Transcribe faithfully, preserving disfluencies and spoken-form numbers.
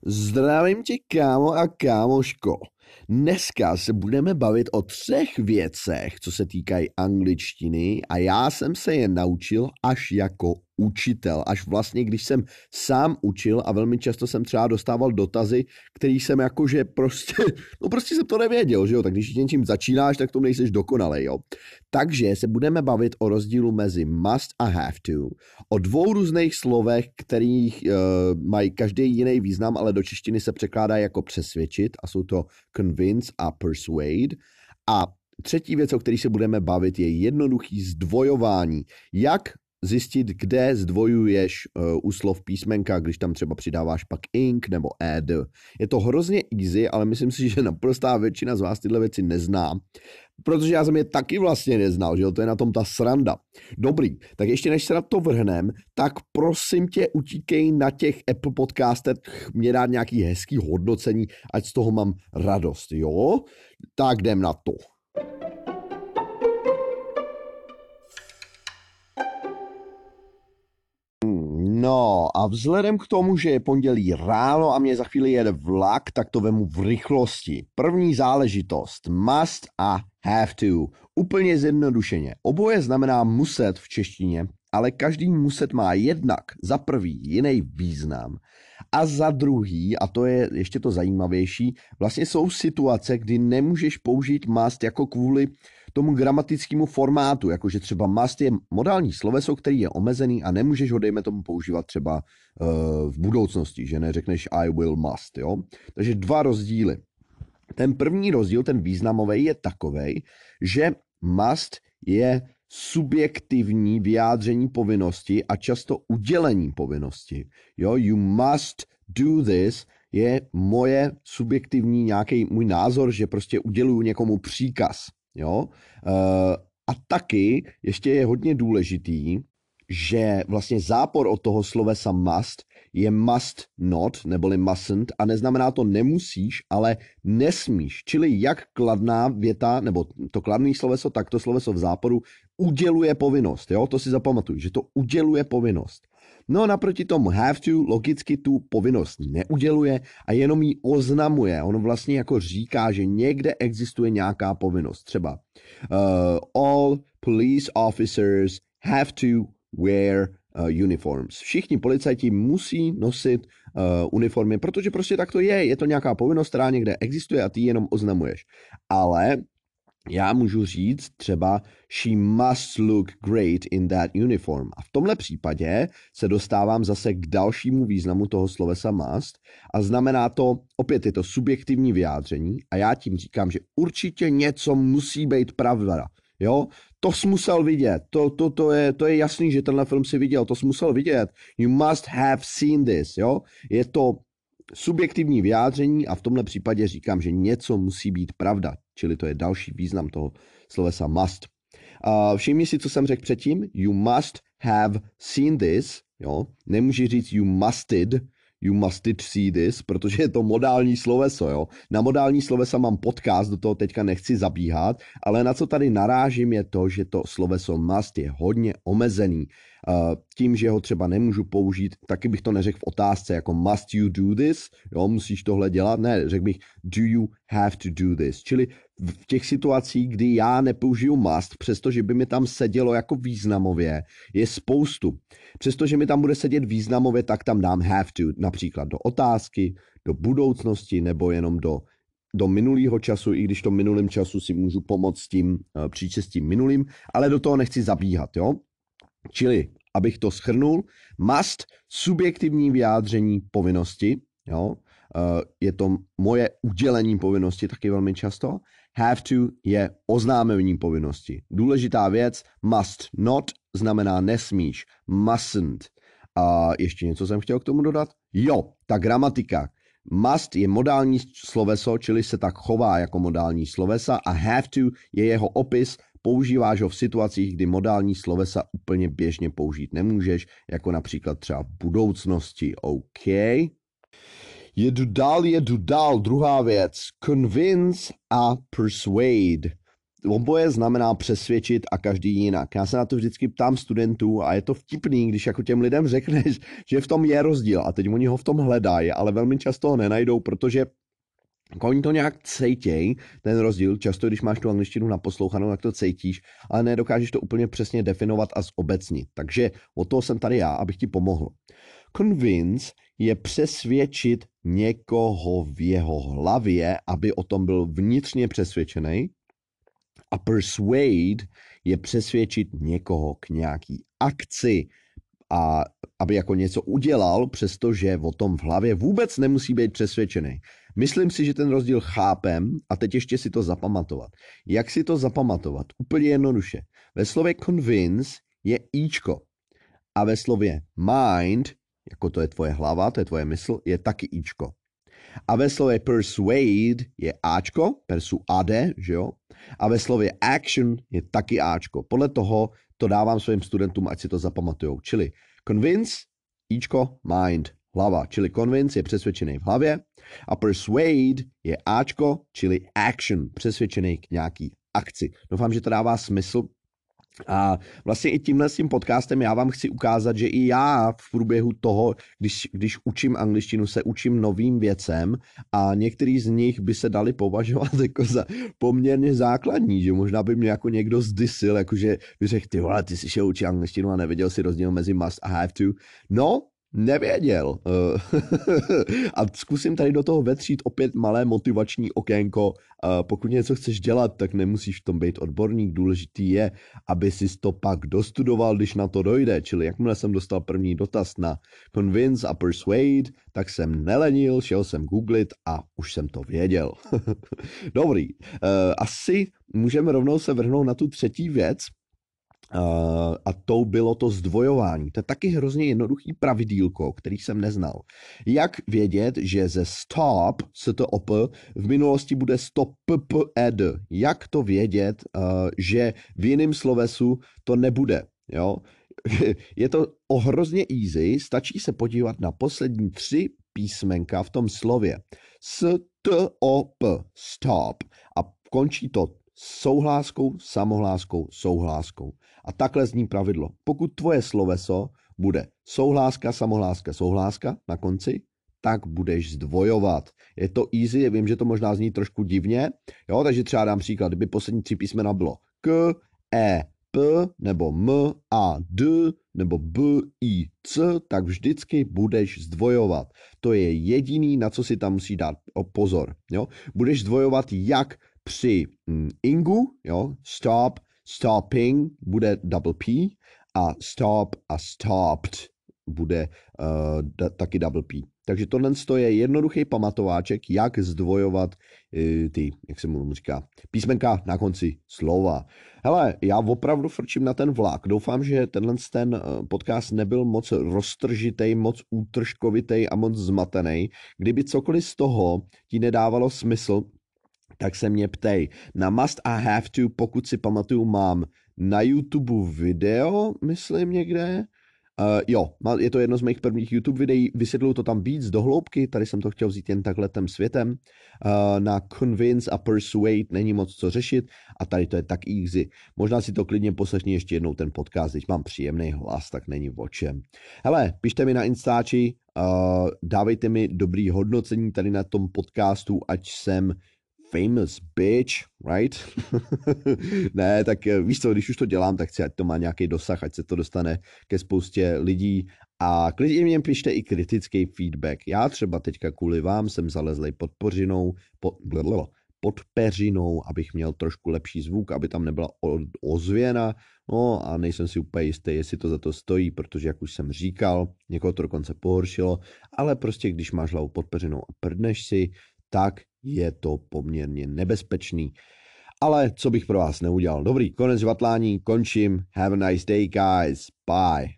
Zdravím tě, kámo a kámoško. Dneska se budeme bavit o třech věcech, co se týkají angličtiny, a já jsem se je naučil až jako učitel, až vlastně, když jsem sám učil, a velmi často jsem třeba dostával dotazy, který jsem jakože prostě, no prostě jsem to nevěděl, že jo, tak když něčím začínáš, tak to nejseš dokonalej, jo. Takže se budeme bavit o rozdílu mezi must a have to, o dvou různých slovech, kterých uh, mají každý jiný význam, ale do češtiny se překládá jako přesvědčit, a jsou to convince a persuade. A třetí věc, o které se budeme bavit, je jednoduchý zdvojování. Jak zjistit, kde zdvojuješ uh, u slov písmenka, když tam třeba přidáváš pak ink nebo ed. Je to hrozně easy, ale myslím si, že naprostá většina z vás tyhle věci nezná. Protože já jsem je taky vlastně neznal, že jo, to je na tom ta sranda. Dobrý, tak ještě než se na to vrhnem, tak prosím tě, utíkej na těch Apple podcastech, mě dát nějaký hezký hodnocení, ať z toho mám radost, jo? Tak jdem na to. No a vzhledem k tomu, že je pondělí ráno a mě za chvíli jede vlak, tak to vemu v rychlosti. První záležitost, must a have to. Úplně zjednodušeně. Oboje znamená muset v češtině, ale každý muset má jednak za prvý jiný význam a za druhý, a to je ještě to zajímavější, vlastně jsou situace, kdy nemůžeš použít must jako kvůli tomu gramatickému formátu, jakože třeba must je modální sloveso, který je omezený a nemůžeš ho, dejme tomu, používat třeba uh, v budoucnosti, že neřekneš I will must, jo. Takže dva rozdíly. Ten první rozdíl, ten významový, je takovej, že must je subjektivní vyjádření povinnosti a často udělení povinnosti. Jo, you must do this je moje subjektivní nějaký můj názor, že prostě uděluju někomu příkaz. Jo? Uh, a taky ještě je hodně důležitý, že vlastně zápor od toho slovesa must je must not, neboli mustn't, a neznamená to nemusíš, ale nesmíš. Čili jak kladná věta, nebo to kladný sloveso, tak to sloveso v záporu uděluje povinnost. Jo? To si zapamatuj, že to uděluje povinnost. No naproti tomu have to logicky tu povinnost neuděluje a jenom ji oznamuje. On vlastně jako říká, že někde existuje nějaká povinnost. Třeba uh, all police officers have to wear uh, uniforms. Všichni policajti musí nosit uh, uniformy, protože prostě tak to je. Je to nějaká povinnost, která někde existuje a ty ji jenom oznamuješ. Ale já můžu říct třeba she must look great in that uniform. A v tomhle případě se dostávám zase k dalšímu významu toho slovesa must a znamená to, opět je to subjektivní vyjádření a já tím říkám, že určitě něco musí být pravda. Jo, to jsi musel vidět, to, to, to, je, to je jasný, že tenhle film si viděl, to jsi musel vidět. You must have seen this, jo. Je to subjektivní vyjádření a v tomhle případě říkám, že něco musí být pravda, čili to je další význam toho slovesa must. Uh, všimni si, co jsem řekl předtím, you must have seen this, jo, nemůžeš říct you musted, you musted see this, protože je to modální sloveso, jo. Na modální slovesa mám podcast, do toho teďka nechci zabíhat, ale na co tady narážím je to, že to sloveso must je hodně omezený. Uh, tím, že ho třeba nemůžu použít, taky bych to neřekl v otázce jako must you do this, jo, musíš tohle dělat, ne, řekl bych do you have to do this, čili v těch situacích, kdy já nepoužiju must, přestože by mi tam sedělo jako významově, je spoustu. Přestože mi tam bude sedět významově, tak tam dám have to, například do otázky, do budoucnosti nebo jenom do, do minulého času, i když to minulým času si můžu pomoct s tím uh, příčestím minulým, ale do toho nechci zabíhat, jo. Čili, abych to shrnul, must, subjektivní vyjádření povinnosti, jo, je to moje udělení povinnosti taky velmi často, have to je oznámení povinnosti. Důležitá věc, must not znamená nesmíš, mustn't. A ještě něco jsem chtěl k tomu dodat? Jo, ta gramatika. Must je modální sloveso, čili se tak chová jako modální slovesa a have to je jeho opis, používáš ho v situacích, kdy modální slovesa úplně běžně použít nemůžeš, jako například třeba v budoucnosti, OK? Jedu dál, jedu dál, druhá věc, convince a persuade. oboje znamená přesvědčit a každý jinak. Já se na to vždycky ptám studentů a je to vtipný, když jako těm lidem řekneš, že v tom je rozdíl a teď oni ho v tom hledají, ale velmi často ho nenajdou, protože oni to nějak cejtěj, ten rozdíl, často když máš tu angličtinu naposlouchanou, tak to cítíš, ale nedokážeš to úplně přesně definovat a zobecnit. Takže od toho jsem tady já, abych ti pomohl. Convince je přesvědčit někoho v jeho hlavě, aby o tom byl vnitřně přesvědčený. A persuade je přesvědčit někoho k nějaký akci, a aby jako něco udělal, přestože o tom v hlavě vůbec nemusí být přesvědčený. Myslím si, že ten rozdíl chápem a teď ještě si to zapamatovat. Jak si to zapamatovat? Úplně jednoduše. Ve slově convince je íčko a ve slově mind, jako to je tvoje hlava, to je tvoje mysl, je taky íčko. A ve slově persuade je áčko, persuade, že jo? A ve slově action je taky áčko. Podle toho to dávám svým studentům, ať si to zapamatujou. Čili convince, íčko, mind, hlava. Čili convince je přesvědčený v hlavě a persuade je áčko, čili action, přesvědčený k nějaký akci. Doufám, že to dává smysl. A vlastně i tímhle s tím podcastem já vám chci ukázat, že i já v průběhu toho, když, když učím angličtinu, se učím novým věcem a některý z nich by se dali považovat jako za poměrně základní, že možná by mě jako někdo zdysil, jakože by řekl, ty vole, ty jsi šel učit angličtinu a nevěděl si rozdíl mezi must a have to. No, nevěděl. A zkusím tady do toho vetřít opět malé motivační okénko. Pokud něco chceš dělat, tak nemusíš v tom být odborník. Důležitý je, aby si to pak dostudoval, když na to dojde. Čili jakmile jsem dostal první dotaz na convince a persuade, tak jsem nelenil, šel jsem googlit a už jsem to věděl. Dobrý. Asi můžeme rovnou se vrhnout na tu třetí věc, Uh, a to bylo to zdvojování. To je taky hrozně jednoduchý pravidílko, který jsem neznal. Jak vědět, že ze stop, stop, v minulosti bude stop, p, ed? Jak to vědět, uh, že v jiném slovesu to nebude? Jo? Je to o hrozně easy, stačí se podívat na poslední tři písmenka v tom slově. S-t-o-p, stop. A končí to souhláskou, samohláskou, souhláskou. A takhle zní pravidlo. Pokud tvoje sloveso bude souhláska, samohláska, souhláska na konci, tak budeš zdvojovat. Je to easy, vím, že to možná zní trošku divně, jo, takže třeba dám příklad, kdyby poslední tři písmena bylo k, e, p, nebo m, a, d, nebo b, i, c, tak vždycky budeš zdvojovat. To je jediný, na co si tam musí dát pozor. Jo. Budeš zdvojovat jak při mm, ingu, jo, stop, stopping bude double P a stop a stopped bude uh, da, taky double P. Takže tohle je jednoduchý pamatováček, jak zdvojovat uh, ty, jak se mu říká, písmenka na konci slova. Hele, já opravdu frčím na ten vlak. Doufám, že tenhle ten podcast nebyl moc roztržitej, moc útržkovitej a moc zmatený. Kdyby cokoliv z toho ti nedávalo smysl, tak se mě ptej. Na must a have to, pokud si pamatuju, mám na YouTube video, myslím někde. Uh, jo, je to jedno z mých prvních YouTube videí, vysvětluju to tam víc do hloubky, tady jsem to chtěl vzít jen takhle tím světem. Uh, na convince a persuade není moc co řešit a tady to je tak easy. Možná si to klidně poslechni ještě jednou ten podcast, když mám příjemný hlas, tak není o čem. Hele, pište mi na Instači, uh, dávejte mi dobrý hodnocení tady na tom podcastu, ať jsem famous bitch, right? Ne, tak víš co, když už to dělám, tak chci, ať to má nějaký dosah, ať se to dostane ke spoustě lidí a klidně mě pište i kritický feedback. Já třeba teďka kvůli vám jsem zalezlej pod pořinou, pod, pod peřinou, abych měl trošku lepší zvuk, aby tam nebyla ozvěna, no a nejsem si úplně jistý, jestli to za to stojí, protože jak už jsem říkal, někoho to dokonce pohoršilo, ale prostě když máš hlavu pod peřinou a prdneš si, tak je to poměrně nebezpečný. Ale co bych pro vás neudělal. Dobrý, konec žvatlání, končím. Have a nice day, guys. Bye.